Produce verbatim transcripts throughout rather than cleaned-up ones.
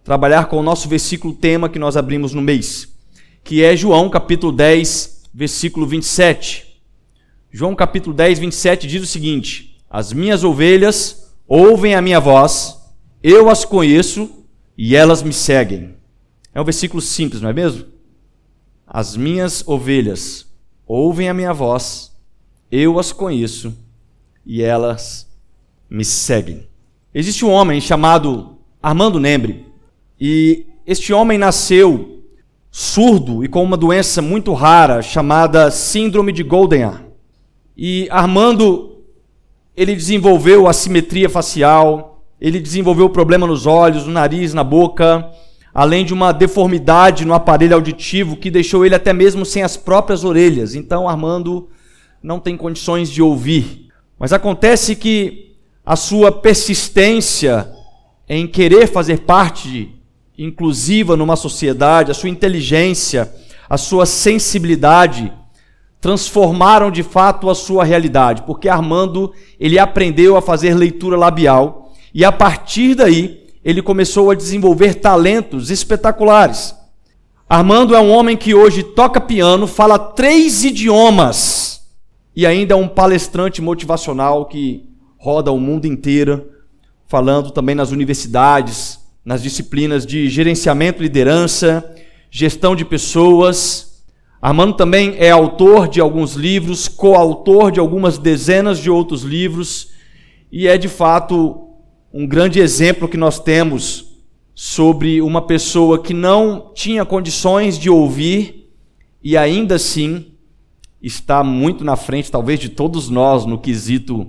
trabalhar com o nosso versículo tema que nós abrimos no mês, que é João capítulo dez, versículo vinte e sete. João capítulo dez, vinte e sete diz o seguinte: as minhas ovelhas ouvem a minha voz, eu as conheço e elas me seguem. É um versículo simples, não é mesmo? As minhas ovelhas ouvem a minha voz, eu as conheço e elas me seguem. Existe um homem chamado Armando Nembre, e este homem nasceu surdo e com uma doença muito rara chamada síndrome de Goldenhar. E Armando, ele desenvolveu assimetria facial, ele desenvolveu problema nos olhos, no nariz, na boca, além de uma deformidade no aparelho auditivo que deixou ele até mesmo sem as próprias orelhas. Então Armando não tem condições de ouvir. Mas acontece que a sua persistência em querer fazer parte inclusiva numa sociedade, a sua inteligência, a sua sensibilidade transformaram de fato a sua realidade, porque Armando, ele aprendeu a fazer leitura labial e a partir daí ele começou a desenvolver talentos espetaculares. Armando é um homem que hoje toca piano, fala três idiomas e ainda é um palestrante motivacional que roda o mundo inteiro, falando também nas universidades, nas disciplinas de gerenciamento, liderança, gestão de pessoas. Armando também é autor de alguns livros, coautor de algumas dezenas de outros livros e é de fato um grande exemplo que nós temos sobre uma pessoa que não tinha condições de ouvir e ainda assim está muito na frente, talvez, de todos nós no quesito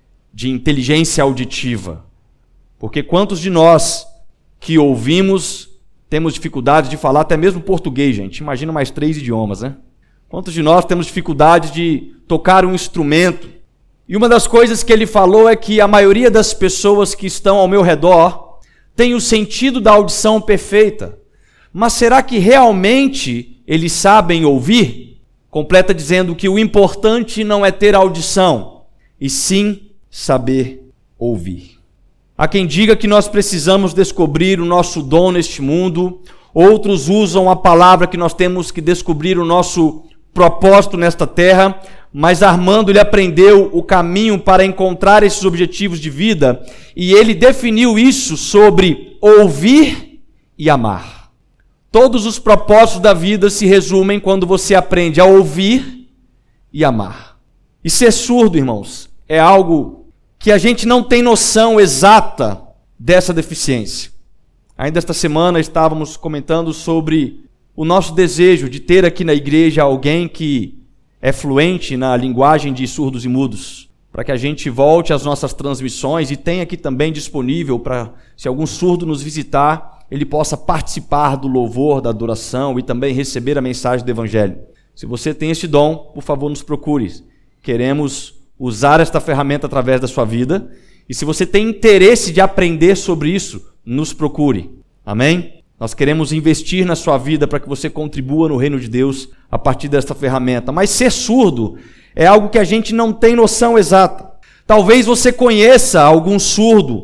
de inteligência auditiva. Porque quantos de nós que ouvimos temos dificuldade de falar até mesmo português, gente? Imagina mais três idiomas, né? Quantos de nós temos dificuldade de tocar um instrumento? E uma das coisas que ele falou é que a maioria das pessoas que estão ao meu redor tem o sentido da audição perfeita. Mas será que realmente eles sabem ouvir? Completa dizendo que o importante não é ter audição, e sim saber ouvir. Há quem diga que nós precisamos descobrir o nosso dom neste mundo, outros usam a palavra que nós temos que descobrir o nosso propósito nesta terra, mas Armando ele aprendeu o caminho para encontrar esses objetivos de vida e ele definiu isso sobre ouvir e amar. Todos os propósitos da vida se resumem quando você aprende a ouvir e amar. E ser surdo, irmãos, é algo que a gente não tem noção exata dessa deficiência. Ainda esta semana estávamos comentando sobre o nosso desejo de ter aqui na igreja alguém que é fluente na linguagem de surdos e mudos, para que a gente volte às nossas transmissões e tenha aqui também disponível para, se algum surdo nos visitar, ele possa participar do louvor, da adoração e também receber a mensagem do Evangelho. Se você tem esse dom, por favor, nos procure. Queremos usar esta ferramenta através da sua vida. E se você tem interesse de aprender sobre isso, nos procure. Amém? Nós queremos investir na sua vida para que você contribua no reino de Deus a partir desta ferramenta. Mas ser surdo é algo que a gente não tem noção exata. Talvez você conheça algum surdo.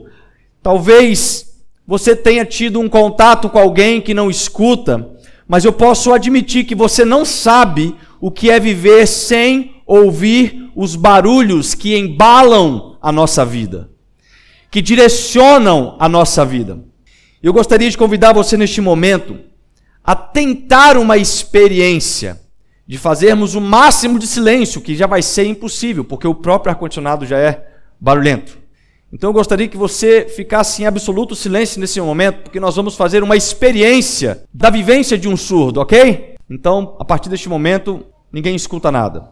Talvez você tenha tido um contato com alguém que não escuta. Mas eu posso admitir que você não sabe o que é viver sem ouvir os barulhos que embalam a nossa vida, que direcionam a nossa vida. Eu gostaria de convidar você neste momento a tentar uma experiência de fazermos o máximo de silêncio, que já vai ser impossível, porque o próprio ar-condicionado já é barulhento. Então eu gostaria que você ficasse em absoluto silêncio nesse momento, porque nós vamos fazer uma experiência da vivência de um surdo, ok? Então, a partir deste momento, ninguém escuta nada.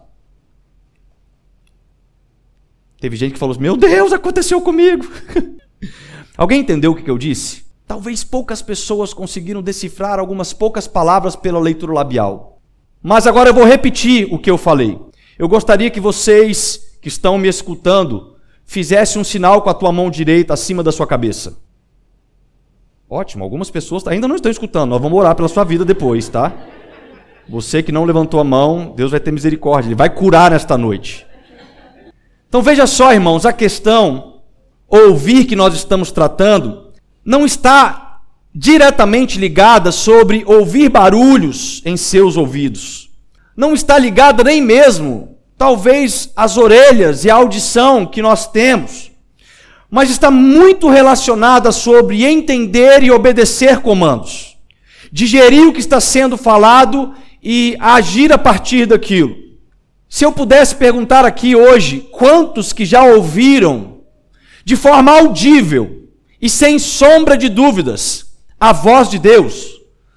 Teve gente que falou, meu Deus, aconteceu comigo. Alguém entendeu o que eu disse? Talvez poucas pessoas conseguiram decifrar algumas poucas palavras pela leitura labial. Mas agora eu vou repetir o que eu falei. Eu gostaria que vocês que estão me escutando fizessem um sinal com a tua mão direita acima da sua cabeça. Ótimo, algumas pessoas ainda não estão escutando. Nós vamos orar pela sua vida depois, tá? Você que não levantou a mão, Deus vai ter misericórdia. Ele vai curar nesta noite. Então veja só, irmãos, a questão, ouvir que nós estamos tratando, não está diretamente ligada sobre ouvir barulhos em seus ouvidos. Não está ligada nem mesmo, talvez, às orelhas e à audição que nós temos, mas está muito relacionada sobre entender e obedecer comandos, digerir o que está sendo falado e agir a partir daquilo. Se eu pudesse perguntar aqui hoje, quantos que já ouviram, de forma audível e sem sombra de dúvidas, a voz de Deus?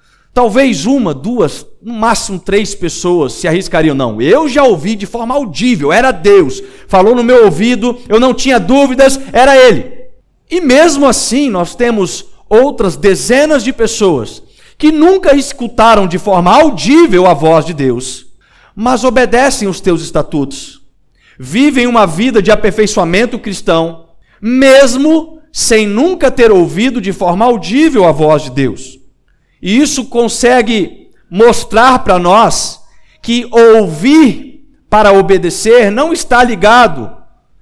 Talvez uma, duas, no máximo três pessoas se arriscariam. Não, eu já ouvi de forma audível, era Deus, falou no meu ouvido, eu não tinha dúvidas, era Ele. E mesmo assim, nós temos outras dezenas de pessoas que nunca escutaram de forma audível a voz de Deus, mas obedecem os teus estatutos, vivem uma vida de aperfeiçoamento cristão, mesmo sem nunca ter ouvido de forma audível a voz de Deus. E isso consegue mostrar para nós que ouvir para obedecer não está ligado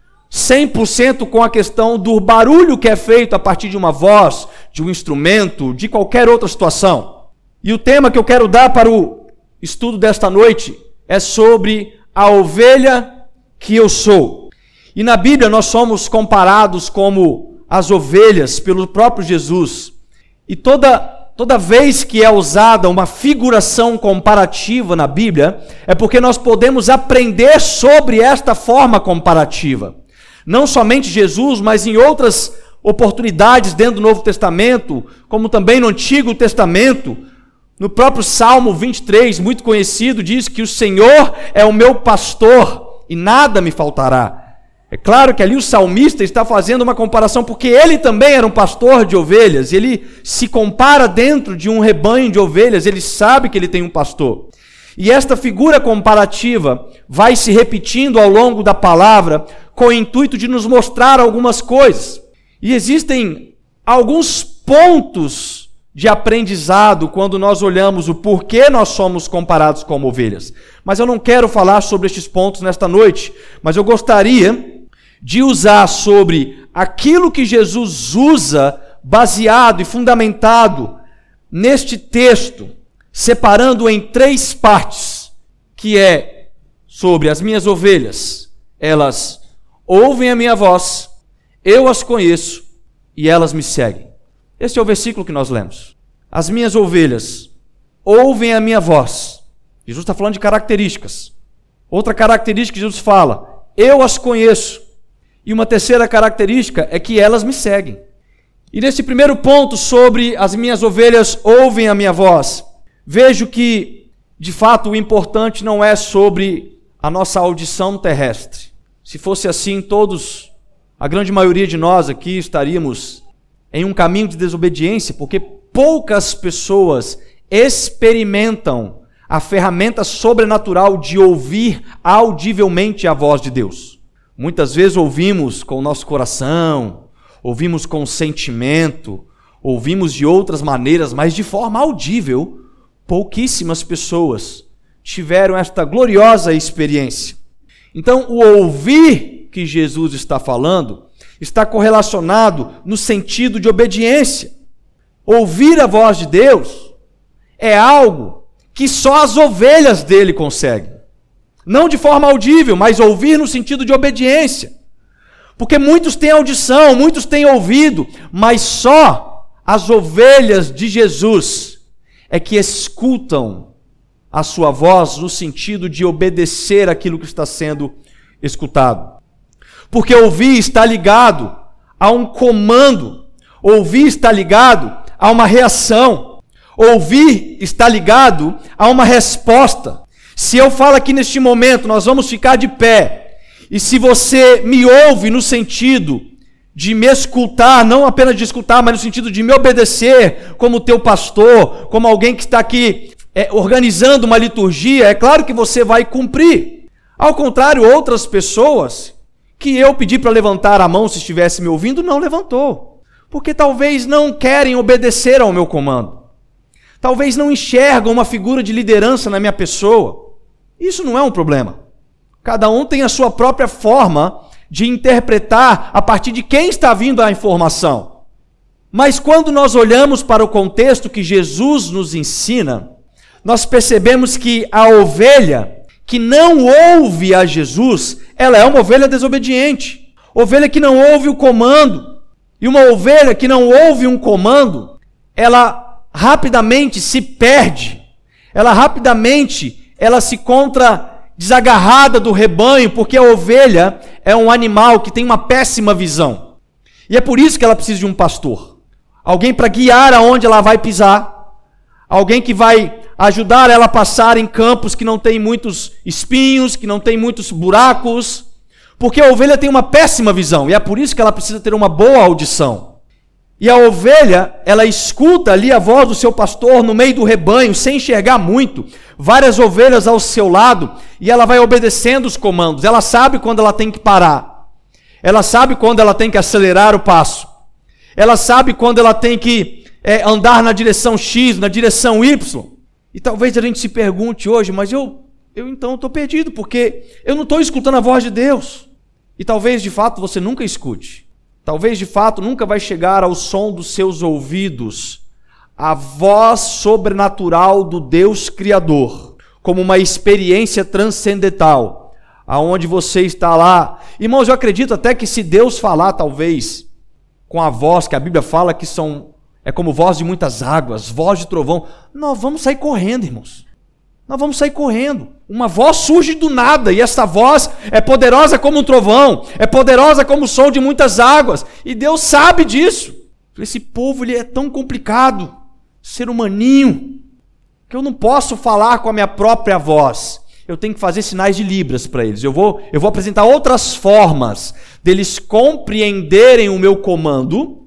cem por cento com a questão do barulho que é feito a partir de uma voz, de um instrumento, de qualquer outra situação. E o tema que eu quero dar para o estudo desta noite é sobre a ovelha que eu sou. E na Bíblia nós somos comparados como as ovelhas pelo próprio Jesus. E toda, toda vez que é usada uma figuração comparativa na Bíblia, é porque nós podemos aprender sobre esta forma comparativa. Não somente Jesus, mas em outras oportunidades dentro do Novo Testamento, como também no Antigo Testamento. No próprio Salmo vinte e três, muito conhecido, diz que o Senhor é o meu pastor e nada me faltará. É claro que ali o salmista está fazendo uma comparação, porque ele também era um pastor de ovelhas, ele se compara dentro de um rebanho de ovelhas, ele sabe que ele tem um pastor. E esta figura comparativa vai se repetindo ao longo da palavra, com o intuito de nos mostrar algumas coisas. E existem alguns pontos de aprendizado quando nós olhamos o porquê nós somos comparados como ovelhas. Mas eu não quero falar sobre estes pontos nesta noite, mas eu gostaria de usar sobre aquilo que Jesus usa, baseado e fundamentado neste texto, separando em três partes, que é sobre as minhas ovelhas. Elas ouvem a minha voz, eu as conheço e elas me seguem. Esse é o versículo que nós lemos. As minhas ovelhas ouvem a minha voz. Jesus está falando de características. Outra característica que Jesus fala, eu as conheço. E uma terceira característica é que elas me seguem. E nesse primeiro ponto sobre as minhas ovelhas ouvem a minha voz, vejo que, de fato, o importante não é sobre a nossa audição terrestre. Se fosse assim, todos, a grande maioria de nós aqui estaríamos em um caminho de desobediência, porque poucas pessoas experimentam a ferramenta sobrenatural de ouvir audivelmente a voz de Deus. Muitas vezes ouvimos com o nosso coração, ouvimos com sentimento, ouvimos de outras maneiras, mas de forma audível, pouquíssimas pessoas tiveram esta gloriosa experiência. Então, o ouvir que Jesus está falando está correlacionado no sentido de obediência. Ouvir a voz de Deus é algo que só as ovelhas dele conseguem. Não de forma audível, mas ouvir no sentido de obediência. Porque muitos têm audição, muitos têm ouvido, mas só as ovelhas de Jesus é que escutam a sua voz no sentido de obedecer aquilo que está sendo escutado. Porque ouvir está ligado a um comando, ouvir está ligado a uma reação, ouvir está ligado a uma resposta. Se eu falo aqui neste momento, nós vamos ficar de pé, e se você me ouve no sentido de me escutar, não apenas de escutar, mas no sentido de me obedecer como teu pastor, como alguém que está aqui é, organizando uma liturgia, é claro que você vai cumprir. Ao contrário, outras pessoas que eu pedi para levantar a mão se estivesse me ouvindo, não levantou. Porque talvez não querem obedecer ao meu comando. Talvez não enxergam uma figura de liderança na minha pessoa. Isso não é um problema. Cada um tem a sua própria forma de interpretar a partir de quem está vindo a informação. Mas quando nós olhamos para o contexto que Jesus nos ensina, nós percebemos que a ovelha que não ouve a Jesus, ela é uma ovelha desobediente. Ovelha que não ouve o comando. E uma ovelha que não ouve um comando, ela rapidamente se perde. Ela rapidamente, ela se encontra desagarrada do rebanho, porque a ovelha é um animal que tem uma péssima visão. E é por isso que ela precisa de um pastor. Alguém para guiar aonde ela vai pisar. Alguém que vai ajudar ela a passar em campos que não tem muitos espinhos, que não tem muitos buracos. Porque a ovelha tem uma péssima visão. E é por isso que ela precisa ter uma boa audição. E a ovelha, ela escuta ali a voz do seu pastor no meio do rebanho, sem enxergar muito. Várias ovelhas ao seu lado, e ela vai obedecendo os comandos. Ela sabe quando ela tem que parar. Ela sabe quando ela tem que acelerar o passo. Ela sabe quando ela tem que é, andar na direção X, na direção Y. E talvez a gente se pergunte hoje, mas eu, eu então estou perdido, porque eu não estou escutando a voz de Deus. E talvez de fato você nunca escute. Talvez de fato nunca vai chegar ao som dos seus ouvidos a voz sobrenatural do Deus Criador, como uma experiência transcendental, aonde você está lá. Irmãos, eu acredito até que se Deus falar, talvez, com a voz que a Bíblia fala que são, é como voz de muitas águas, voz de trovão, nós vamos sair correndo, irmãos. Nós vamos sair correndo. Uma voz surge do nada, e essa voz é poderosa como um trovão, é poderosa como o som de muitas águas, e Deus sabe disso. Esse povo ele é tão complicado, ser humaninho, que eu não posso falar com a minha própria voz. Eu tenho que fazer sinais de libras para eles. Eu vou, eu vou apresentar outras formas deles compreenderem o meu comando,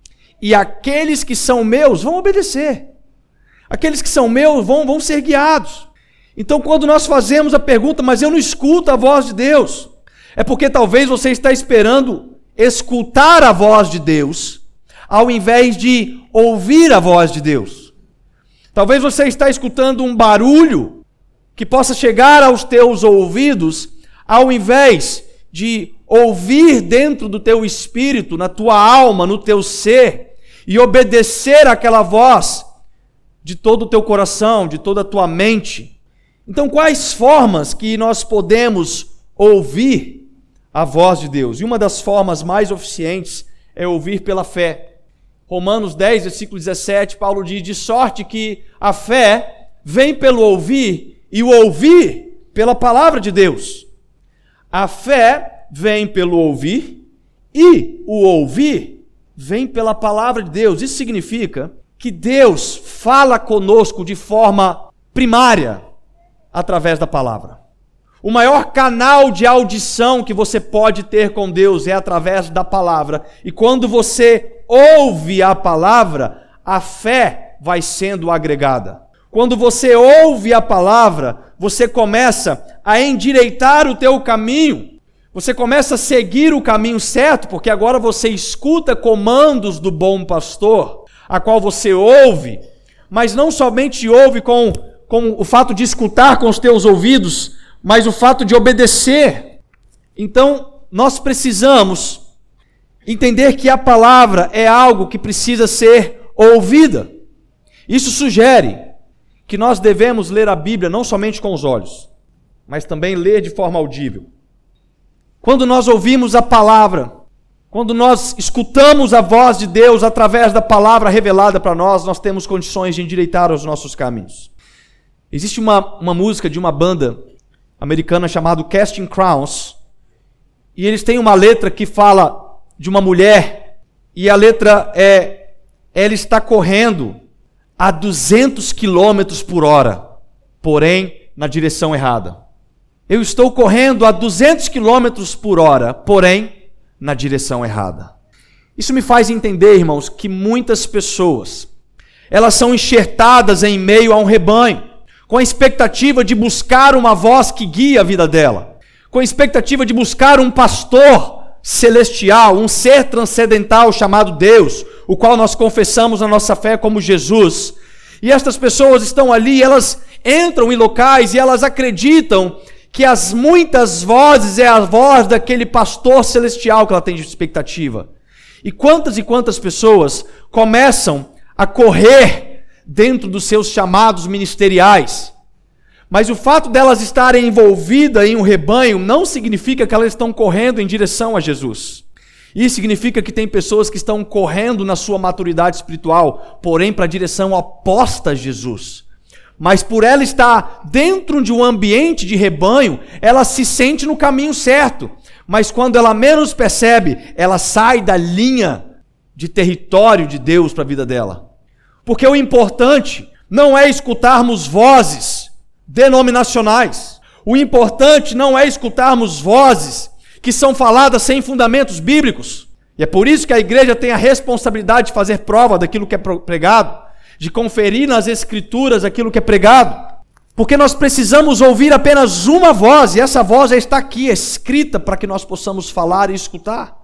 e aqueles que são meus vão obedecer. Aqueles que são meus vão, vão ser guiados. Então, quando nós fazemos a pergunta, mas eu não escuto a voz de Deus, é porque talvez você está esperando escutar a voz de Deus, ao invés de ouvir a voz de Deus. Talvez você está escutando um barulho que possa chegar aos teus ouvidos, ao invés de ouvir dentro do teu espírito, na tua alma, no teu ser, e obedecer àquela voz de todo o teu coração, de toda a tua mente. Então, quais formas que nós podemos ouvir a voz de Deus? E uma das formas mais eficientes é ouvir pela fé. Romanos dez, versículo dezessete, Paulo diz, de sorte que a fé vem pelo ouvir, e o ouvir pela palavra de Deus. A fé vem pelo ouvir, e o ouvir vem pela palavra de Deus. Isso significa que Deus fala conosco de forma primária, através da palavra. O maior canal de audição que você pode ter com Deus é através da palavra. E quando você ouve a palavra, a fé vai sendo agregada. Quando você ouve a palavra, você começa a endireitar o teu caminho. Você começa a seguir o caminho certo, porque agora você escuta comandos do bom pastor, a qual você ouve, mas não somente ouve com, com o fato de escutar com os teus ouvidos, mas o fato de obedecer. Então, nós precisamos entender que a palavra é algo que precisa ser ouvida. Isso sugere que nós devemos ler a Bíblia não somente com os olhos, mas também ler de forma audível. Quando nós ouvimos a palavra, quando nós escutamos a voz de Deus através da palavra revelada para nós, nós temos condições de endireitar os nossos caminhos. Existe uma, uma música de uma banda americana chamada Casting Crowns, e eles têm uma letra que fala de uma mulher, e a letra é, ela está correndo a duzentos quilômetros por hora, porém na direção errada. Eu estou correndo a duzentos quilômetros por hora, porém na direção errada. Isso me faz entender, irmãos, que muitas pessoas, elas são enxertadas em meio a um rebanho, com a expectativa de buscar uma voz que guia a vida dela, com a expectativa de buscar um pastor celestial, um ser transcendental chamado Deus, o qual nós confessamos na nossa fé como Jesus. E estas pessoas estão ali, elas entram em locais e elas acreditam que as muitas vozes é a voz daquele pastor celestial que ela tem de expectativa. E quantas e quantas pessoas começam a correr dentro dos seus chamados ministeriais, mas o fato delas estarem envolvidas em um rebanho não significa que elas estão correndo em direção a Jesus. Isso significa que tem pessoas que estão correndo na sua maturidade espiritual, porém para a direção oposta a Jesus. Mas por ela estar dentro de um ambiente de rebanho, ela se sente no caminho certo. Mas quando ela menos percebe, ela sai da linha de território de Deus para a vida dela. Porque o importante não é escutarmos vozes denominacionais. O importante não é escutarmos vozes que são faladas sem fundamentos bíblicos. E é por isso que a igreja tem a responsabilidade de fazer prova daquilo que é pregado, de conferir nas escrituras aquilo que é pregado. Porque nós precisamos ouvir apenas uma voz, e essa voz já está aqui, escrita, para que nós possamos falar e escutar.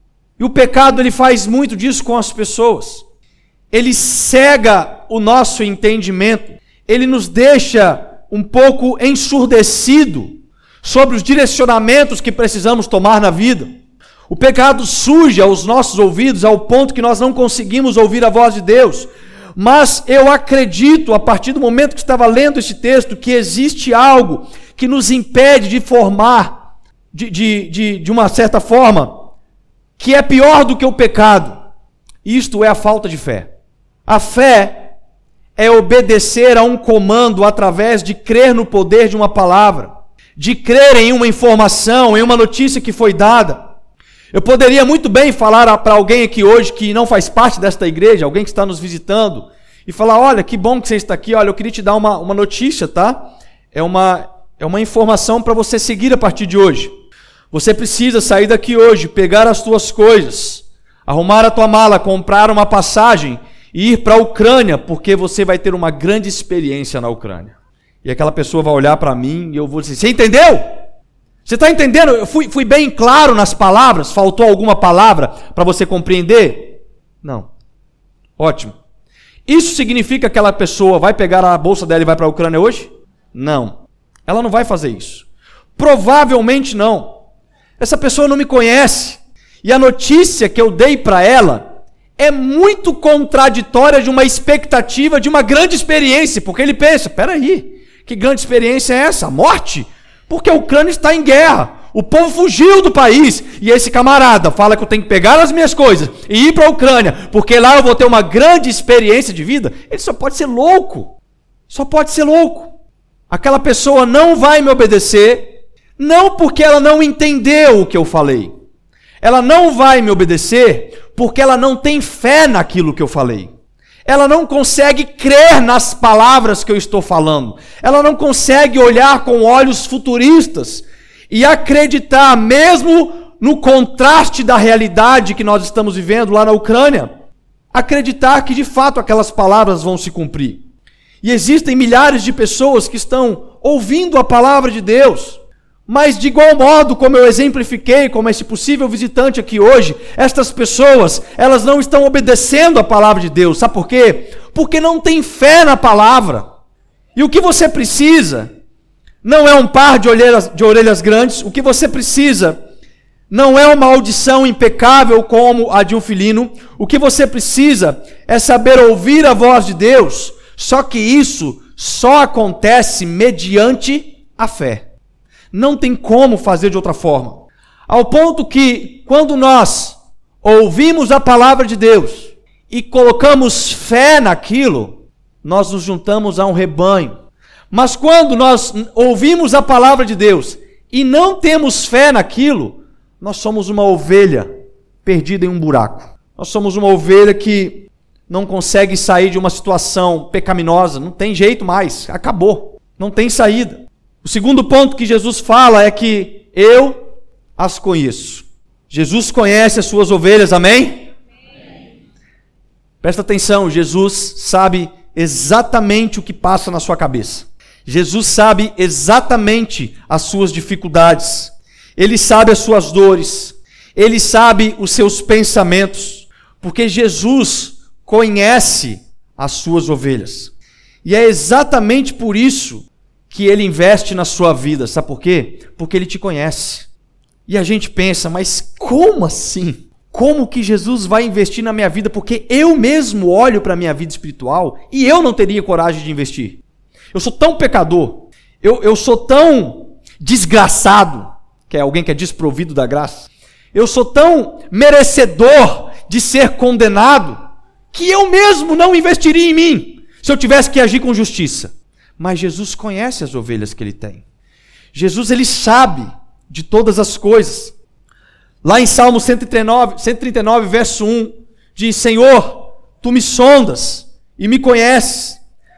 E o pecado, ele faz muito disso com as pessoas. Ele cega o nosso entendimento, ele nos deixa um pouco ensurdecido sobre os direcionamentos que precisamos tomar na vida. O pecado suja os nossos ouvidos ao ponto que nós não conseguimos ouvir a voz de Deus. Mas eu acredito, a partir do momento que estava lendo esse texto, que existe algo que nos impede de formar, de, de, de, de uma certa forma, que é pior do que o pecado. Isto é a falta de fé. A fé é obedecer a um comando através de crer no poder de uma palavra, de crer em uma informação, em uma notícia que foi dada. Eu poderia muito bem falar para alguém aqui hoje que não faz parte desta igreja, alguém que está nos visitando, e falar: olha, que bom que você está aqui, olha, eu queria te dar uma, uma notícia, tá? É uma, é uma informação para você seguir a partir de hoje. Você precisa sair daqui hoje, pegar as tuas coisas, arrumar a tua mala, comprar uma passagem e ir para a Ucrânia, porque você vai ter uma grande experiência na Ucrânia. E aquela pessoa vai olhar para mim e eu vou dizer: você entendeu? Você está entendendo? Eu fui, fui bem claro nas palavras? Faltou alguma palavra para você compreender? Não. Ótimo. Isso significa que aquela pessoa vai pegar a bolsa dela e vai para a Ucrânia hoje? Não. Ela não vai fazer isso. Provavelmente não. Essa pessoa não me conhece. E a notícia que eu dei para ela é muito contraditória de uma expectativa de uma grande experiência. Porque ele pensa: peraí, que grande experiência é essa? A morte? Porque a Ucrânia está em guerra. O povo fugiu do país. E esse camarada fala que eu tenho que pegar as minhas coisas e ir para a Ucrânia, porque lá eu vou ter uma grande experiência de vida. Ele só pode ser louco. Só pode ser louco. Aquela pessoa não vai me obedecer, não porque ela não entendeu o que eu falei. Ela não vai me obedecer porque ela não tem fé naquilo que eu falei. Ela não consegue crer nas palavras que eu estou falando. Ela não consegue olhar com olhos futuristas e acreditar, mesmo no contraste da realidade que nós estamos vivendo lá na Ucrânia, acreditar que de fato aquelas palavras vão se cumprir. E existem milhares de pessoas que estão ouvindo a palavra de Deus, mas de igual modo, como eu exemplifiquei, como esse possível visitante aqui hoje, estas pessoas, elas não estão obedecendo a palavra de Deus. Sabe por quê? Porque não tem fé na palavra. E o que você precisa não é um par de orelhas, de orelhas grandes. O que você precisa não é uma audição impecável como a de um felino. O que você precisa é saber ouvir a voz de Deus. Só que isso só acontece mediante a fé. Não tem como fazer de outra forma. Ao ponto que, quando nós ouvimos a palavra de Deus e colocamos fé naquilo, nós nos juntamos a um rebanho. Mas quando nós ouvimos a palavra de Deus e não temos fé naquilo, nós somos uma ovelha perdida em um buraco. Nós somos uma ovelha que não consegue sair de uma situação pecaminosa. Não tem jeito mais, acabou. Não tem saída. O segundo ponto que Jesus fala é que eu as conheço. Jesus conhece as suas ovelhas, amém? Amém. Presta atenção, Jesus sabe exatamente o que passa na sua cabeça. Jesus sabe exatamente as suas dificuldades. Ele sabe as suas dores. Ele sabe os seus pensamentos. Porque Jesus conhece as suas ovelhas. E é exatamente por isso que ele investe na sua vida. Sabe por quê? Porque ele te conhece. E a gente pensa: mas como assim? como que Jesus vai investir na minha vida, porque eu mesmo olho para a minha vida espiritual e eu não teria coragem de investir. Eu sou tão pecador, eu, eu sou tão desgraçado, que é alguém que é desprovido da graça, eu sou tão merecedor de ser condenado, que eu mesmo não investiria em mim, se eu tivesse que agir com justiça. Mas Jesus conhece as ovelhas que ele tem. Jesus, ele sabe de todas as coisas. Lá em Salmo cento e trinta e nove, cento e trinta e nove, verso um, diz: Senhor, tu me sondas e me conheces,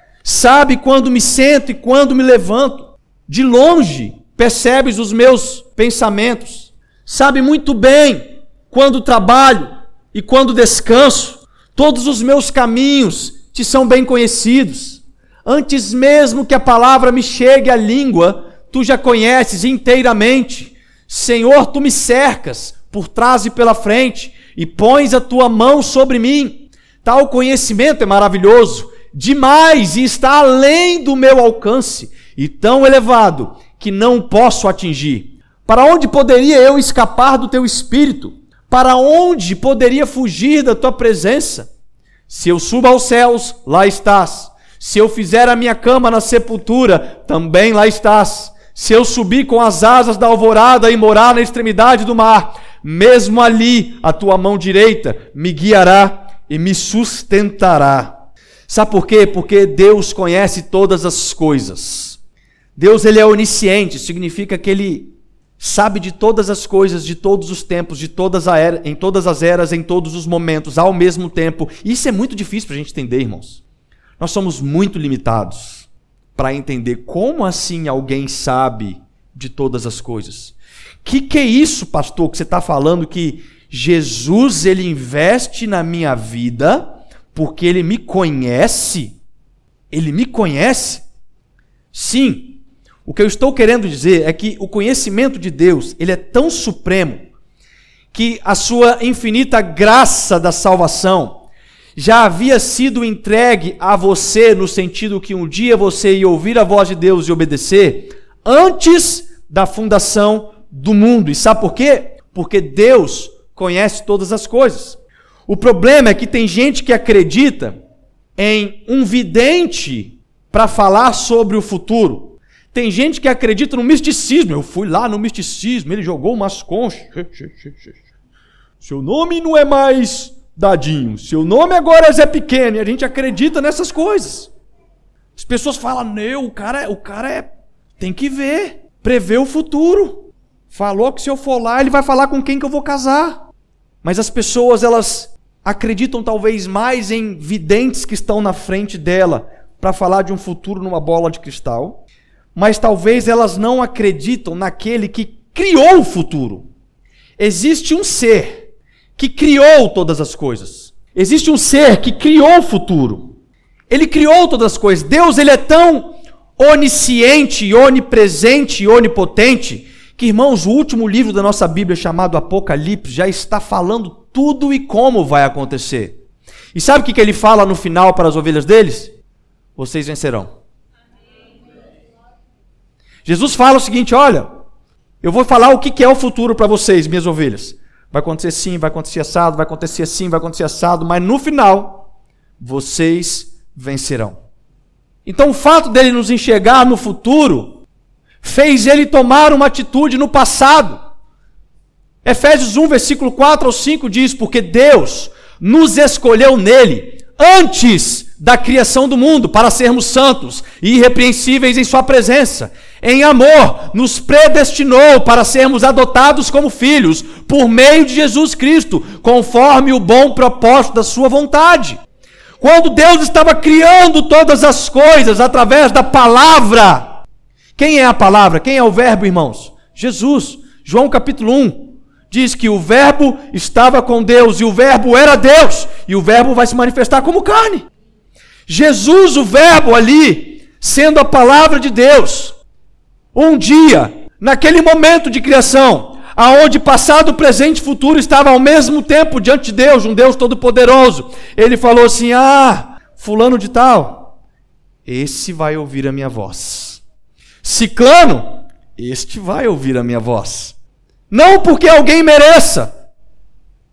sabe quando me sento e quando me levanto, de longe percebes os meus pensamentos, sabe muito bem quando trabalho e quando descanso, todos os meus caminhos te são bem conhecidos, antes mesmo que a palavra me chegue à língua, tu já conheces inteiramente. Senhor, tu me cercas por trás e pela frente e pões a tua mão sobre mim. Tal conhecimento é maravilhoso, demais e está além do meu alcance e tão elevado que não posso atingir. Para onde poderia eu escapar do teu espírito? Para onde poderia fugir da tua presença? Se eu subo aos céus, lá estás. Se eu fizer a minha cama na sepultura, também lá estás. Se eu subir com as asas da alvorada e morar na extremidade do mar, mesmo ali a tua mão direita me guiará e me sustentará. Sabe por quê? Porque Deus conhece todas as coisas. Deus, ele é onisciente, significa que ele sabe de todas as coisas, de todos os tempos, de todas a era, em todas as eras, em todos os momentos, ao mesmo tempo. Isso é muito difícil para a gente entender, irmãos. Nós somos muito limitados para entender como assim alguém sabe de todas as coisas. Que que é isso, pastor, que você está falando que Jesus, ele investe na minha vida porque ele me conhece? Ele me conhece? Sim. O que eu estou querendo dizer é que o conhecimento de Deus, ele é tão supremo que a sua infinita graça da salvação já havia sido entregue a você, no sentido que um dia você ia ouvir a voz de Deus e obedecer, antes da fundação do mundo. E sabe por quê? Porque Deus conhece todas as coisas. O problema é que tem gente que acredita em um vidente para falar sobre o futuro. Tem gente que acredita no misticismo. Eu fui lá no misticismo, ele jogou umas conchas. Seu nome não é mais Dadinho, seu nome agora é Zé Pequeno. E a gente acredita nessas coisas. As pessoas falam, não, o cara, o cara é, tem que ver, prever o futuro. Falou que se eu for lá, ele vai falar com quem que eu vou casar. Mas as pessoas, elas acreditam talvez mais em videntes que estão na frente dela para falar de um futuro numa bola de cristal. Mas talvez elas não acreditam naquele que criou o futuro. Existe um ser que criou todas as coisas. Existe um ser que criou o futuro. Ele criou todas as coisas. Deus, ele é tão onisciente, onipresente e onipotente que, irmãos, o último livro da nossa Bíblia, chamado Apocalipse, já está falando tudo e como vai acontecer. E sabe o que ele fala no final para as ovelhas deles? Vocês vencerão. Jesus fala o seguinte, olha, eu vou falar o que é o futuro para vocês, minhas ovelhas. Vai acontecer assim, vai acontecer assado, vai acontecer assim, vai acontecer assado, mas no final, vocês vencerão. Então o fato dele nos enxergar no futuro, fez ele tomar uma atitude no passado. Efésios um, versículo quatro ao cinco diz, porque Deus nos escolheu nele, antes da criação do mundo, para sermos santos e irrepreensíveis em sua presença. Em amor, nos predestinou para sermos adotados como filhos, por meio de Jesus Cristo, conforme o bom propósito da sua vontade. Quando Deus estava criando todas as coisas através da palavra, quem é a palavra? Quem é o verbo, irmãos? Jesus. João capítulo um diz que o verbo estava com Deus e o verbo era Deus, e o verbo vai se manifestar como carne. Jesus, o verbo ali, sendo a palavra de Deus, um dia, naquele momento de criação, aonde passado, presente e futuro estavam ao mesmo tempo diante de Deus, um Deus todo-poderoso, ele falou assim, ah, fulano de tal, esse vai ouvir a minha voz. Ciclano, este vai ouvir a minha voz. Não porque alguém mereça,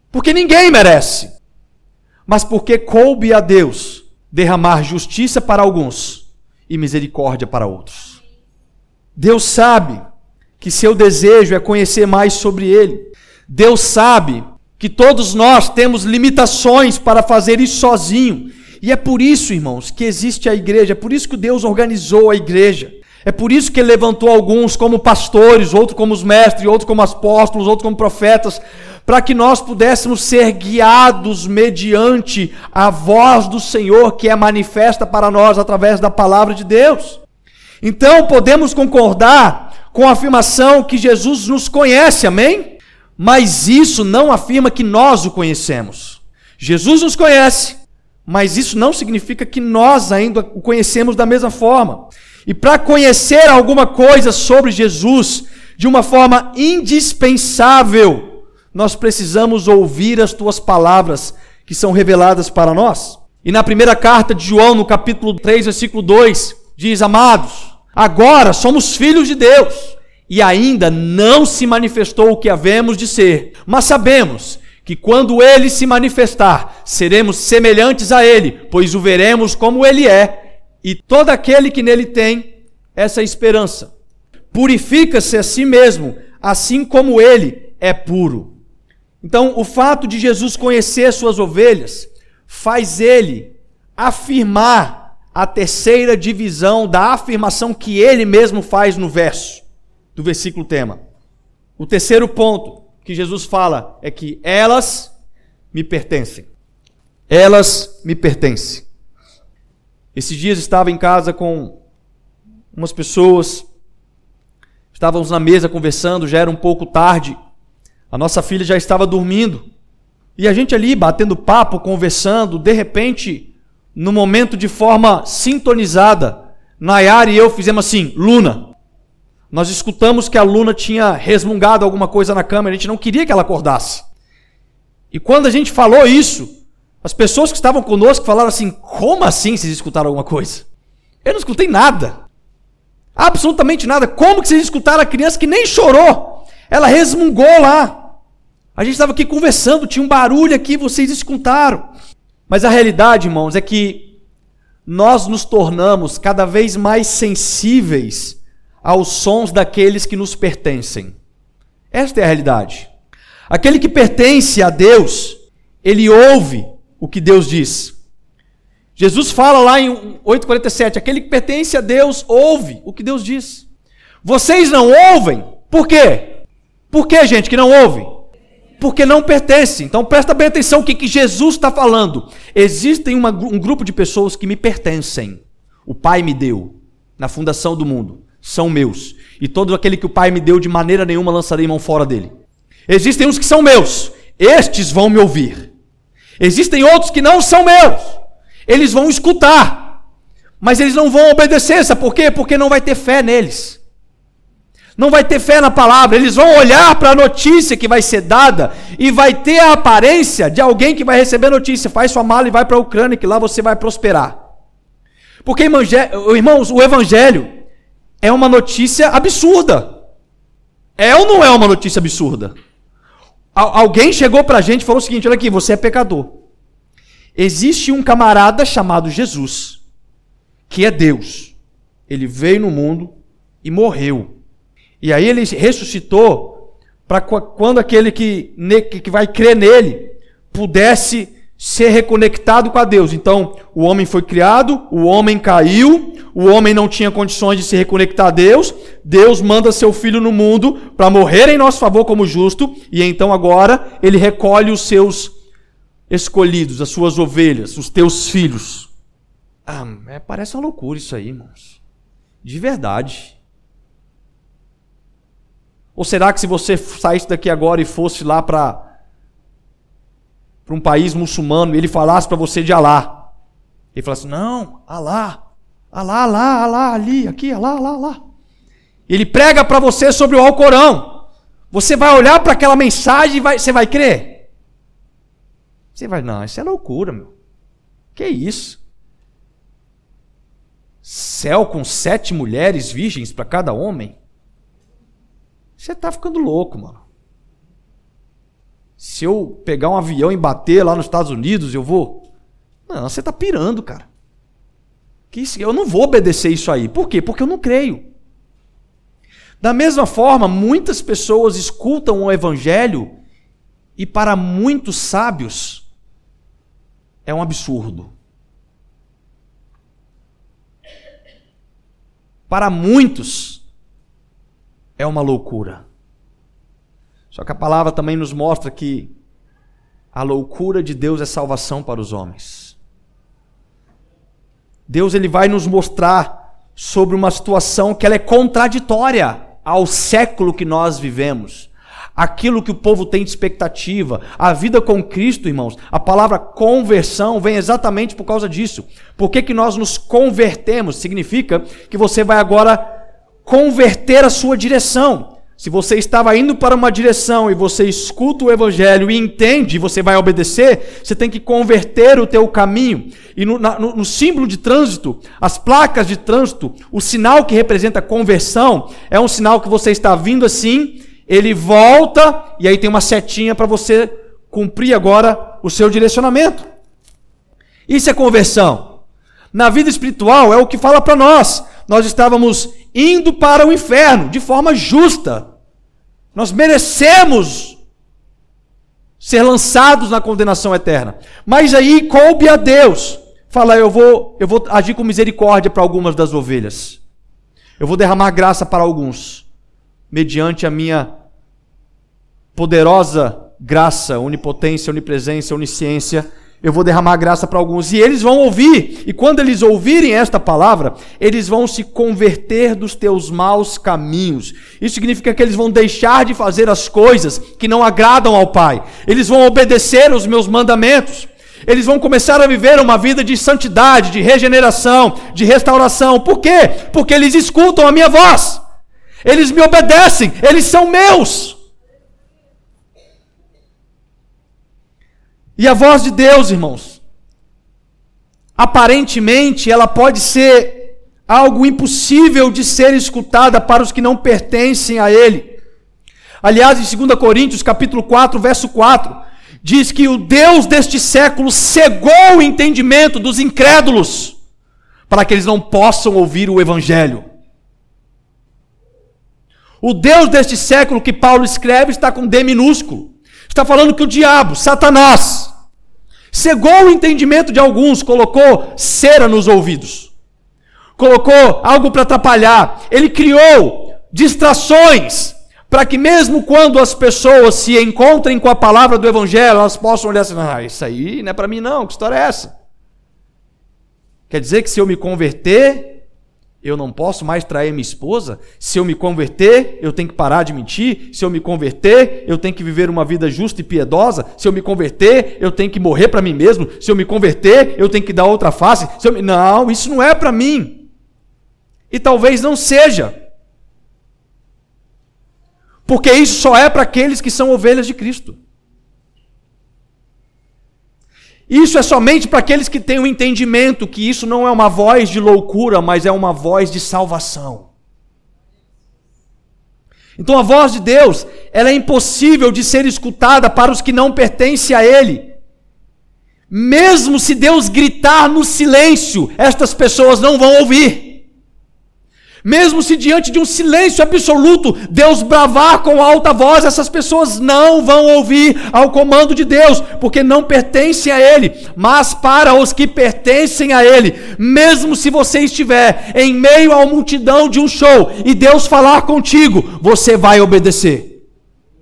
porque ninguém merece, mas porque coube a Deus derramar justiça para alguns e misericórdia para outros. Deus sabe que seu desejo é conhecer mais sobre Ele. Deus sabe que todos nós temos limitações para fazer isso sozinho. E é por isso, irmãos, que existe a igreja. É por isso que Deus organizou a igreja. É por isso que Ele levantou alguns como pastores, outros como os mestres, outros como apóstolos, outros como profetas, para que nós pudéssemos ser guiados mediante a voz do Senhor que é manifesta para nós através da palavra de Deus. Então podemos concordar com a afirmação que Jesus nos conhece, amém? Mas isso não afirma que nós o conhecemos. Jesus nos conhece, mas isso não significa que nós ainda o conhecemos da mesma forma. E para conhecer alguma coisa sobre Jesus de uma forma indispensável, nós precisamos ouvir as tuas palavras que são reveladas para nós. E na primeira carta de João, no capítulo três, versículo dois, diz: amados, agora somos filhos de Deus, e ainda não se manifestou o que havemos de ser, mas sabemos que quando Ele se manifestar, seremos semelhantes a Ele, pois o veremos como Ele é, e todo aquele que nele tem essa esperança purifica-se a si mesmo, assim como Ele é puro. Então, o fato de Jesus conhecer suas ovelhas faz Ele afirmar a terceira divisão da afirmação que Ele mesmo faz no verso do versículo tema. O terceiro ponto que Jesus fala é que elas me pertencem. Elas me pertencem. Esses dias estava em casa com umas pessoas, estávamos na mesa conversando, já era um pouco tarde, a nossa filha já estava dormindo, e a gente ali batendo papo, conversando, de repente, no momento de forma sintonizada, Nayara e eu fizemos assim: Luna. Nós escutamos que a Luna tinha resmungado alguma coisa na cama, a gente não queria que ela acordasse. E quando a gente falou isso, as pessoas que estavam conosco falaram assim: como assim vocês escutaram alguma coisa? Eu não escutei nada. Absolutamente nada. Como que vocês escutaram a criança que nem chorou? Ela resmungou lá. A gente estava aqui conversando, tinha um barulho aqui, vocês escutaram. Mas a realidade, irmãos, é que nós nos tornamos cada vez mais sensíveis aos sons daqueles que nos pertencem. Esta é a realidade. Aquele que pertence a Deus, ele ouve o que Deus diz. Jesus fala lá em oito quarenta e sete, aquele que pertence a Deus ouve o que Deus diz. Vocês não ouvem? Por quê? Por que, gente, que não ouve? Porque não pertence. Então presta bem atenção o que, que Jesus está falando. Existem uma, um grupo de pessoas que me pertencem. O Pai me deu na fundação do mundo. São meus. E todo aquele que o Pai me deu, de maneira nenhuma lançarei mão fora dele. Existem uns que são meus. Estes vão me ouvir. Existem outros que não são meus. Eles vão escutar. Mas eles não vão obedecer. Sabe por quê? Porque não vai ter fé neles. Não vai ter fé na palavra. Eles vão olhar para a notícia que vai ser dada e vai ter a aparência de alguém que vai receber a notícia. Faz sua mala e vai para a Ucrânia, que lá você vai prosperar. Porque, irmãos, o evangelho é uma notícia absurda. É ou não é uma notícia absurda? Alguém chegou para a gente e falou o seguinte: olha aqui, você é pecador. Existe um camarada chamado Jesus, que é Deus. Ele veio no mundo e morreu. E aí ele ressuscitou para quando aquele que, que vai crer nele pudesse ser reconectado com a Deus. Então, o homem foi criado, o homem caiu, o homem não tinha condições de se reconectar a Deus, Deus manda seu filho no mundo para morrer em nosso favor como justo, e então agora ele recolhe os seus escolhidos, as suas ovelhas, os teus filhos. Ah, é, parece uma loucura isso aí, irmãos. De verdade. Ou será que se você saísse daqui agora e fosse lá para para um país muçulmano e ele falasse para você de Alá, ele falasse: não, Alá, Alá, Alá, Alá, ali, aqui, Alá, Alá, Alá. Ele prega para você sobre o Alcorão. Você vai olhar para aquela mensagem e vai, você vai crer? Você vai, não, isso é loucura, meu. Que isso? Céu com sete mulheres virgens para cada homem? Você está ficando louco, mano. Se eu pegar um avião e bater lá nos Estados Unidos, eu vou... Não, você está pirando, cara. Que isso, eu não vou obedecer isso aí. Por quê? Porque eu não creio. Da mesma forma, muitas pessoas escutam o Evangelho e para muitos sábios é um absurdo. Para muitos é uma loucura. Só que a palavra também nos mostra que a loucura de Deus é salvação para os homens. Deus ele vai nos mostrar sobre uma situação que ela é contraditória ao século que nós vivemos. Aquilo que o povo tem de expectativa, a vida com Cristo, irmãos, a palavra conversão vem exatamente por causa disso. Por que que nós nos convertemos? Significa que você vai agora converter a sua direção. Se você estava indo para uma direção e você escuta o Evangelho e entende, e você vai obedecer, você tem que converter o teu caminho. E no, na, no, no símbolo de trânsito, as placas de trânsito, o sinal que representa conversão, é um sinal que você está vindo assim, ele volta e aí tem uma setinha para você cumprir agora o seu direcionamento. Isso é conversão. Na vida espiritual é o que fala para nós. Nós estávamos indo para o inferno de forma justa. Nós merecemos ser lançados na condenação eterna. Mas aí coube a Deus falar, eu vou, eu vou agir com misericórdia para algumas das ovelhas. Eu vou derramar graça para alguns, mediante a minha poderosa graça, onipotência, onipresença, onisciência. Eu vou derramar graça para alguns, e eles vão ouvir, e quando eles ouvirem esta palavra, eles vão se converter dos teus maus caminhos. Isso significa que eles vão deixar de fazer as coisas que não agradam ao Pai. Eles vão obedecer os meus mandamentos. Eles vão começar a viver uma vida de santidade, de regeneração, de restauração. Por quê? Porque eles escutam a minha voz. Eles me obedecem, eles são meus. E a voz de Deus, irmãos, aparentemente ela pode ser algo impossível de ser escutada para os que não pertencem a Ele. Aliás, em dois Coríntios, capítulo quatro, verso quatro, diz que o Deus deste século cegou o entendimento dos incrédulos, para que eles não possam ouvir o Evangelho. O Deus deste século que Paulo escreve está com D minúsculo. Está falando que o diabo, Satanás, cegou o entendimento de alguns, colocou cera nos ouvidos, colocou algo para atrapalhar. Ele criou distrações para que mesmo quando as pessoas se encontrem com a palavra do Evangelho, elas possam olhar assim, ah, isso aí não é para mim não, que história é essa? Quer dizer que se eu me converter, eu não posso mais trair minha esposa? Se eu me converter, eu tenho que parar de mentir? Se eu me converter, eu tenho que viver uma vida justa e piedosa? Se eu me converter, eu tenho que morrer para mim mesmo? Se eu me converter, eu tenho que dar outra face? Se eu me... Não, isso não é para mim. E talvez não seja. Porque isso só é para aqueles que são ovelhas de Cristo. Isso é somente para aqueles que têm o entendimento que isso não é uma voz de loucura, mas é uma voz de salvação. Então a voz de Deus, ela é impossível de ser escutada para os que não pertencem a Ele. Mesmo se Deus gritar no silêncio, estas pessoas não vão ouvir. Mesmo se diante de um silêncio absoluto, Deus bravar com alta voz, essas pessoas não vão ouvir ao comando de Deus, porque não pertencem a Ele. Mas para os que pertencem a Ele, mesmo se você estiver em meio à multidão de um show e Deus falar contigo, você vai obedecer.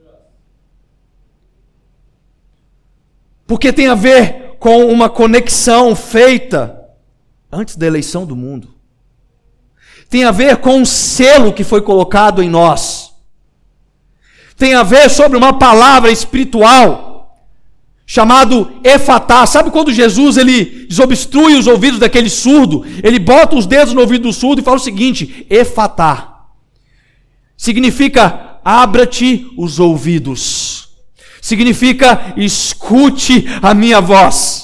Porque tem a ver com uma conexão feita antes da eleição do mundo. Tem a ver com um selo que foi colocado em nós. Tem a ver sobre uma palavra espiritual chamado efatá. Sabe quando Jesus ele desobstrui os ouvidos daquele surdo? Ele bota os dedos no ouvido do surdo e fala o seguinte: efatá. Significa abra-te os ouvidos. Significa escute a minha voz.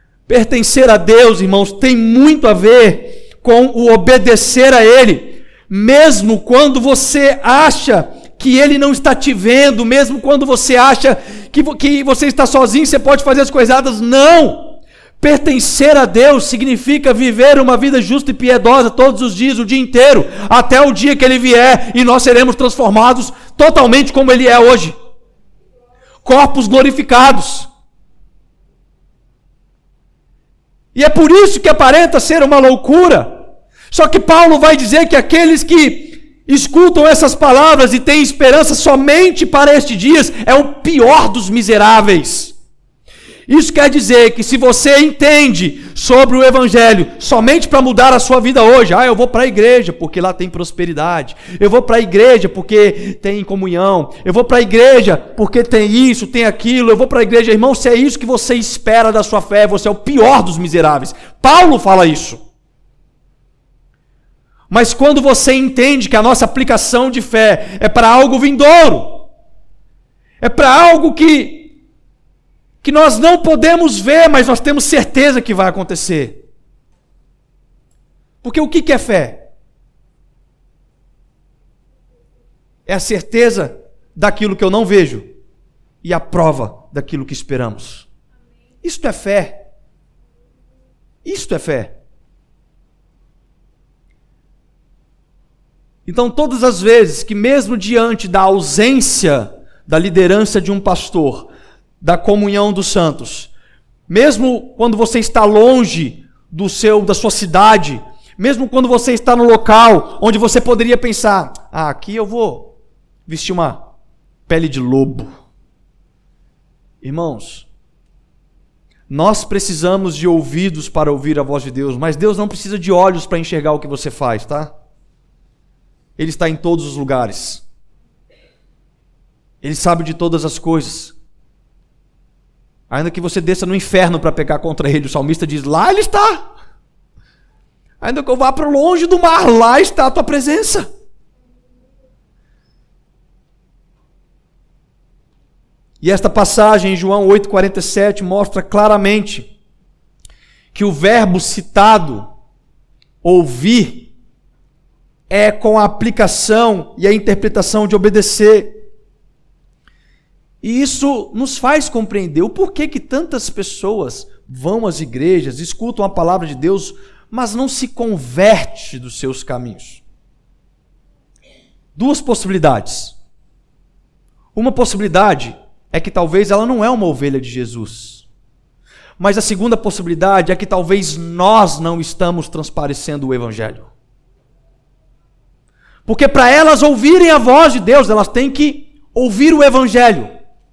Pertencer a Deus, irmãos, tem muito a ver com o obedecer a Ele, mesmo quando você acha que Ele não está te vendo, mesmo quando você acha que, que você está sozinho, você pode fazer as coisas erradas. Não! Pertencer a Deus significa viver uma vida justa e piedosa todos os dias, o dia inteiro, até o dia que Ele vier e nós seremos transformados totalmente como Ele é hoje. Corpos glorificados. E é por isso que aparenta ser uma loucura. Só que Paulo vai dizer que aqueles que escutam essas palavras e têm esperança somente para estes dias é o pior dos miseráveis. Isso quer dizer que se você entende sobre o Evangelho somente para mudar a sua vida hoje, ah, eu vou para a igreja porque lá tem prosperidade, eu vou para a igreja porque tem comunhão, eu vou para a igreja porque tem isso, tem aquilo, eu vou para a igreja, irmão, se é isso que você espera da sua fé, você é o pior dos miseráveis. Paulo fala isso. Mas quando você entende que a nossa aplicação de fé é para algo vindouro, é para algo que que nós não podemos ver, mas nós temos certeza que vai acontecer. Porque o que é fé? É a certeza daquilo que eu não vejo e a prova daquilo que esperamos. Isto é fé. Isto é fé. Então, todas as vezes que mesmo diante da ausência da liderança de um pastor, da comunhão dos santos, mesmo quando você está longe do seu, da sua cidade, mesmo quando você está no local onde você poderia pensar, ah, aqui eu vou vestir uma pele de lobo. Irmãos, nós precisamos de ouvidos para ouvir a voz de Deus, mas Deus não precisa de olhos para enxergar o que você faz, tá? Ele está em todos os lugares. Ele sabe de todas as coisas. Ainda que você desça no inferno para pecar contra ele, o salmista diz, lá ele está. Ainda que eu vá para longe do mar, lá está a tua presença. E esta passagem em João oito, quarenta e sete mostra claramente que o verbo citado, ouvir, é com a aplicação e a interpretação de obedecer. E isso nos faz compreender o porquê que tantas pessoas vão às igrejas, escutam a palavra de Deus, mas não se converte dos seus caminhos. Duas possibilidades. Uma possibilidade é que talvez ela não é uma ovelha de Jesus. Mas a segunda possibilidade é que talvez nós não estamos transparecendo o Evangelho. Porque para elas ouvirem a voz de Deus, elas têm que ouvir o Evangelho.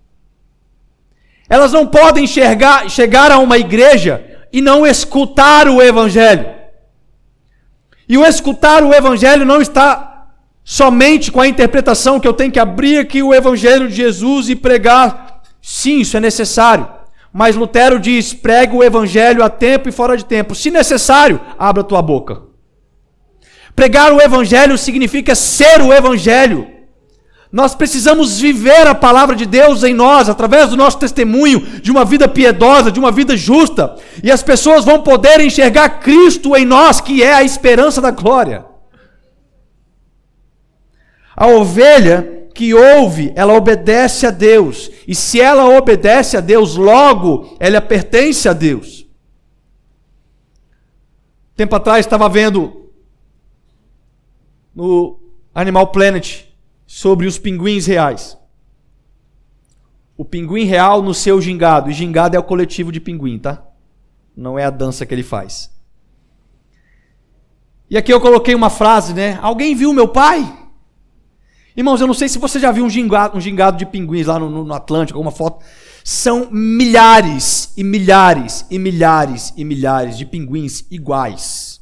Elas não podem enxergar, chegar a uma igreja e não escutar o Evangelho. E o escutar o Evangelho não está somente com a interpretação que eu tenho que abrir aqui o Evangelho de Jesus e pregar. Sim, isso é necessário. Mas Lutero diz, pregue o Evangelho a tempo e fora de tempo. Se necessário, abra a tua boca. Pregar o Evangelho significa ser o Evangelho. Nós precisamos viver a palavra de Deus em nós, através do nosso testemunho, de uma vida piedosa, de uma vida justa. E as pessoas vão poder enxergar Cristo em nós, que é a esperança da glória. A ovelha que ouve, ela obedece a Deus. E se ela obedece a Deus, logo ela pertence a Deus. Tempo atrás estava vendo no Animal Planet sobre os pinguins reais. O pinguim real no seu gingado. E gingado é o coletivo de pinguim, tá? Não é a dança que ele faz. E aqui eu coloquei uma frase, né? Alguém viu meu pai? Irmãos, eu não sei se você já viu um gingado, um gingado de pinguins lá no, no Atlântico, alguma foto. São milhares e milhares e milhares e milhares de pinguins iguais.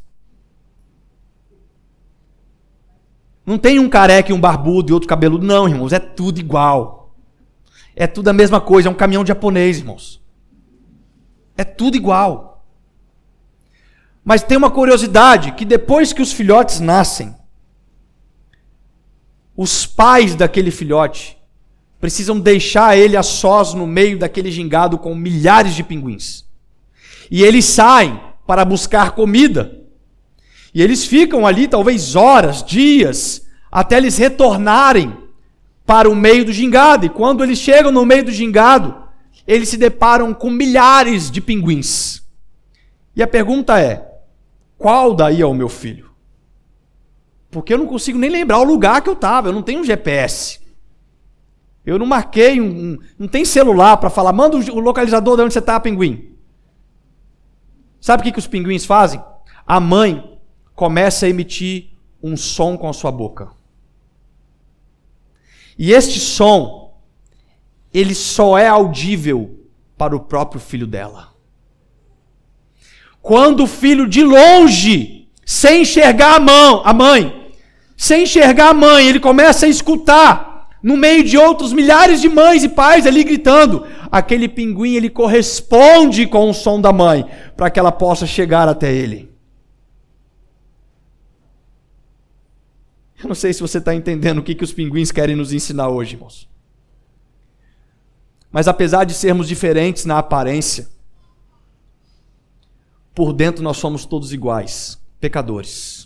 Não tem um careca e um barbudo e outro cabeludo, não, irmãos, é tudo igual. É tudo a mesma coisa, é um caminhão de japonês, irmãos. É tudo igual. Mas tem uma curiosidade, que depois que os filhotes nascem, os pais daquele filhote precisam deixar ele a sós no meio daquele gingado com milhares de pinguins. E eles saem para buscar comida. E eles ficam ali talvez horas, dias, até eles retornarem para o meio do gingado. E quando eles chegam no meio do gingado, eles se deparam com milhares de pinguins. E a pergunta é, qual daí é o meu filho? Porque eu não consigo nem lembrar o lugar que eu estava, eu não tenho um G P S. Eu não marquei, um, um, não tem celular para falar, manda o localizador de onde você está, pinguim. Sabe o que, que os pinguins fazem? A mãe começa a emitir um som com a sua boca. E este som, ele só é audível para o próprio filho dela. Quando o filho de longe, sem enxergar a mão, a mãe, sem enxergar a mãe, ele começa a escutar, no meio de outros milhares de mães e pais ali gritando, aquele pinguim, ele corresponde com o som da mãe, para que ela possa chegar até ele. Eu não sei se você está entendendo o que, que os pinguins querem nos ensinar hoje, irmãos. Mas apesar de sermos diferentes na aparência, por dentro nós somos todos iguais, pecadores.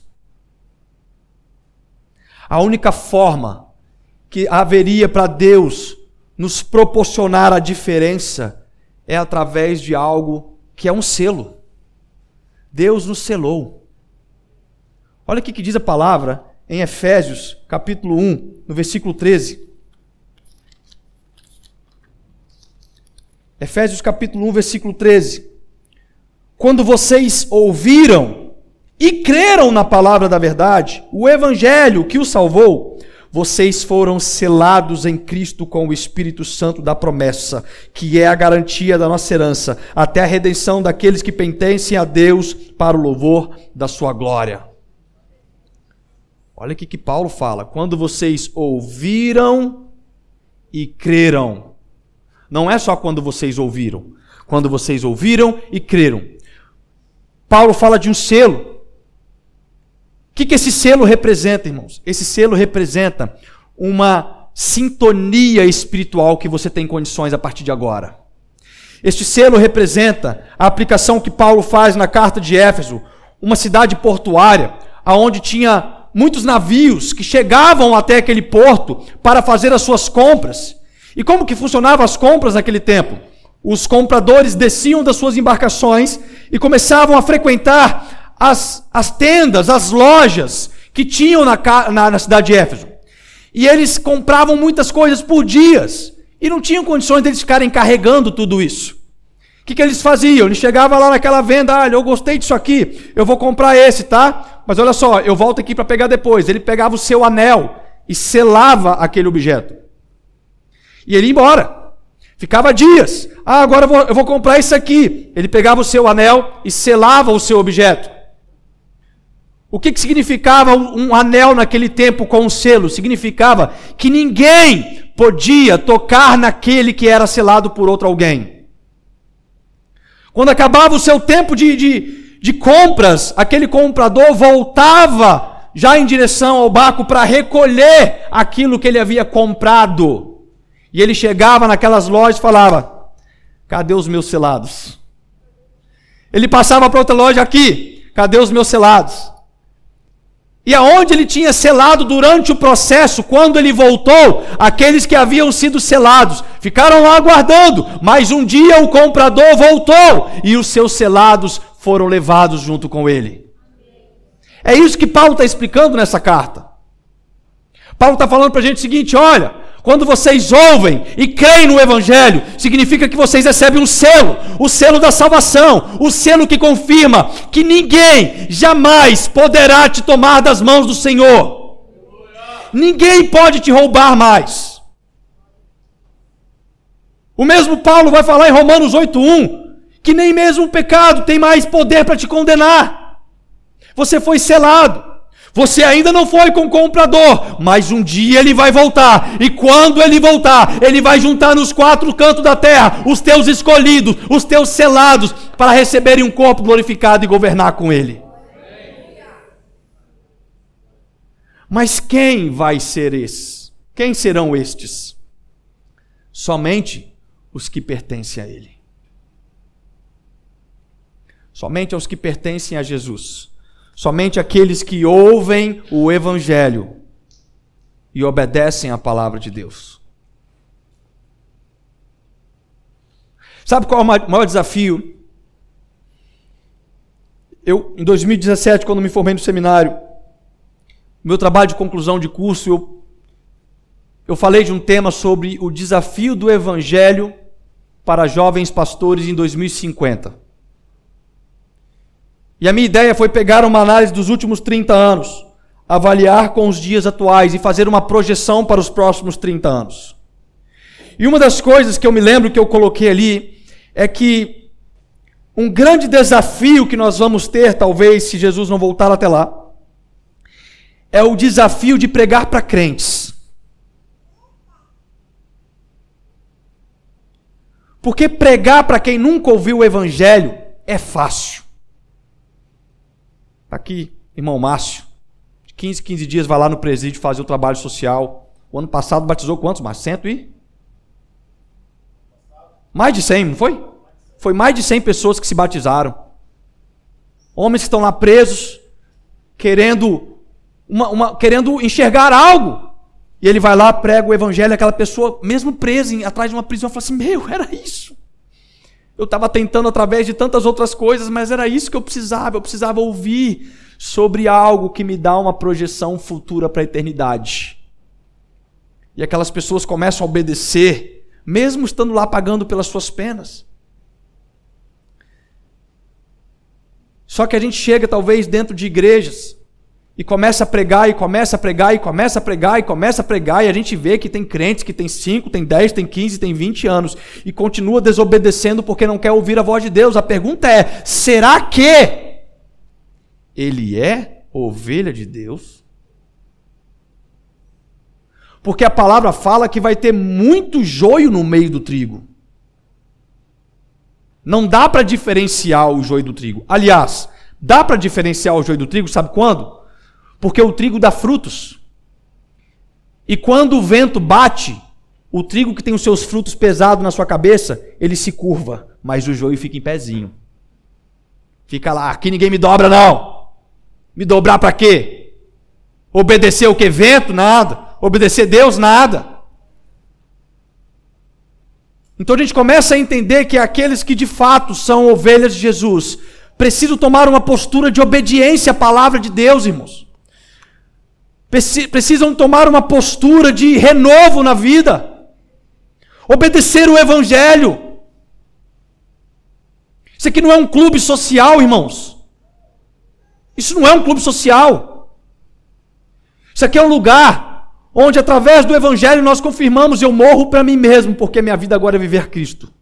A única forma que haveria para Deus nos proporcionar a diferença é através de algo que é um selo. Deus nos selou. Olha o que diz a palavra em Efésios, capítulo um, no versículo treze. Efésios, capítulo um, versículo treze. Quando vocês ouviram e creram na palavra da verdade, o evangelho que os salvou, vocês foram selados em Cristo com o Espírito Santo da promessa, que é a garantia da nossa herança, até a redenção daqueles que pertencem a Deus para o louvor da sua glória. Olha o que, que Paulo fala. Quando vocês ouviram e creram. Não é só quando vocês ouviram. Quando vocês ouviram e creram. Paulo fala de um selo. O que, que esse selo representa, irmãos? Esse selo representa uma sintonia espiritual que você tem condições a partir de agora. Este selo representa a aplicação que Paulo faz na carta de Éfeso, uma cidade portuária, onde tinha muitos navios que chegavam até aquele porto para fazer as suas compras. E como que funcionavam as compras naquele tempo? Os compradores desciam das suas embarcações e começavam a frequentar as, as tendas, as lojas que tinham na, na, na cidade de Éfeso. E eles compravam muitas coisas por dias e não tinham condições deles ficarem carregando tudo isso. O que, que eles faziam? Eles chegavam lá naquela venda, olha, eu gostei disso aqui, eu vou comprar esse, tá? Mas olha só, eu volto aqui para pegar depois. Ele pegava o seu anel e selava aquele objeto. E ele ia embora. Ficava dias. Ah, agora eu vou, eu vou comprar isso aqui. Ele pegava o seu anel e selava o seu objeto. O que, que significava um, um anel naquele tempo com um selo? Significava que ninguém podia tocar naquele que era selado por outro alguém. Quando acabava o seu tempo de, de, de compras, aquele comprador voltava já em direção ao barco para recolher aquilo que ele havia comprado. E ele chegava naquelas lojas e falava, cadê os meus selados? Ele passava para outra loja aqui, cadê os meus selados? E aonde ele tinha selado durante o processo, quando ele voltou, aqueles que haviam sido selados ficaram lá aguardando, mas um dia o comprador voltou e os seus selados foram levados junto com ele. É isso que Paulo está explicando nessa carta. Paulo está falando para a gente o seguinte, olha, quando vocês ouvem e creem no Evangelho, significa que vocês recebem um selo, o selo da salvação, o selo que confirma que ninguém jamais poderá te tomar das mãos do Senhor. Ninguém pode te roubar mais. O mesmo Paulo vai falar em Romanos oito, um, que nem mesmo o pecado tem mais poder para te condenar. Você foi selado. Você ainda não foi com o comprador, mas um dia ele vai voltar. E quando ele voltar, ele vai juntar nos quatro cantos da terra os teus escolhidos, os teus selados, para receberem um corpo glorificado e governar com ele. Mas quem vai ser esse? Quem serão estes? Somente os que pertencem a ele. Somente aos que pertencem a Jesus. somente aqueles que ouvem o Evangelho e obedecem à palavra de Deus. Sabe qual é o maior desafio? Eu, em dois mil e dezessete, quando me formei no seminário, meu trabalho de conclusão de curso, eu, eu falei de um tema sobre o desafio do Evangelho para jovens pastores em dois mil e cinquenta. E a minha ideia foi pegar uma análise dos últimos trinta anos, avaliar com os dias atuais e fazer uma projeção para os próximos trinta anos. E uma das coisas que eu me lembro que eu coloquei ali é que um grande desafio que nós vamos ter, talvez, se Jesus não voltar até lá, é o desafio de pregar para crentes. Porque pregar para quem nunca ouviu o Evangelho é fácil. Aqui, irmão Márcio, de quinze em quinze dias vai lá no presídio fazer o trabalho social. O ano passado batizou quantos, Márcio? Cento e? Mais de cem, não foi? Foi mais de cem pessoas que se batizaram. Homens que estão lá presos, querendo, uma, uma, querendo enxergar algo. E ele vai lá, prega o Evangelho, aquela pessoa, mesmo presa em, atrás de uma prisão, fala assim, meu, era isso. Eu estava tentando através de tantas outras coisas, mas era isso que eu precisava. Eu precisava ouvir sobre algo que me dá uma projeção futura para a eternidade. E aquelas pessoas começam a obedecer, mesmo estando lá pagando pelas suas penas. Só que a gente chega talvez dentro de igrejas e começa a pregar, e começa a pregar, e começa a pregar, e começa a pregar, e a gente vê que tem crentes que tem cinco, tem dez, tem quinze, tem vinte anos, e continua desobedecendo porque não quer ouvir a voz de Deus. A pergunta é, será que ele é ovelha de Deus? Porque a palavra fala que vai ter muito joio no meio do trigo. Não dá para diferenciar o joio do trigo. Aliás, dá para diferenciar o joio do trigo, sabe quando? Porque o trigo dá frutos. E quando o vento bate, o trigo que tem os seus frutos pesados na sua cabeça, ele se curva, mas o joio fica em pezinho. Fica lá, aqui ninguém me dobra não. Me dobrar para quê? Obedecer o que? Vento? Nada. Obedecer Deus? Nada. Então a gente começa a entender que aqueles que de fato são ovelhas de Jesus precisam tomar uma postura de obediência à palavra de Deus, irmãos. Precisam tomar uma postura de renovo na vida. Obedecer o Evangelho. Isso aqui não é um clube social, irmãos. Isso não é um clube social. Isso aqui é um lugar onde através do Evangelho nós confirmamos, eu morro para mim mesmo, porque minha vida agora é viver Cristo.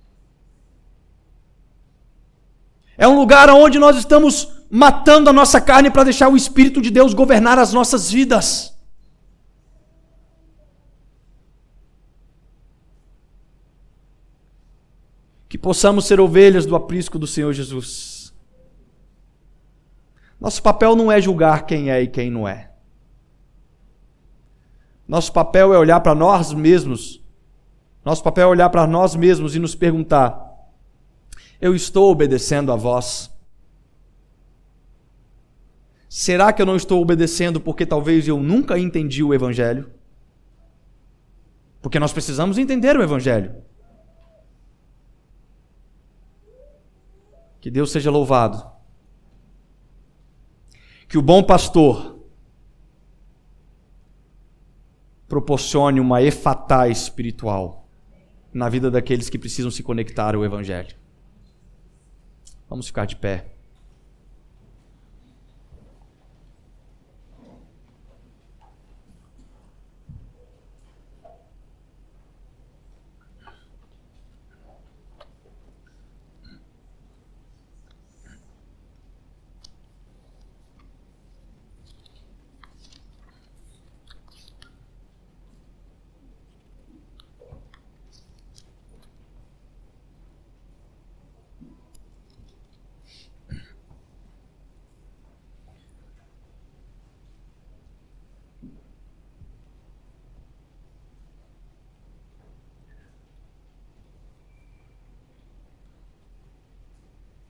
É um lugar onde nós estamos matando a nossa carne para deixar o Espírito de Deus governar as nossas vidas. Que possamos ser ovelhas do aprisco do Senhor Jesus. Nosso papel não é julgar quem é e quem não é. Nosso papel é olhar para nós mesmos. Nosso papel é olhar para nós mesmos e nos perguntar: eu estou obedecendo a vós? Será que eu não estou obedecendo porque talvez eu nunca entendi o Evangelho? Porque nós precisamos entender o Evangelho. Que Deus seja louvado. Que o bom pastor proporcione uma efatá espiritual na vida daqueles que precisam se conectar ao Evangelho. Vamos ficar de pé.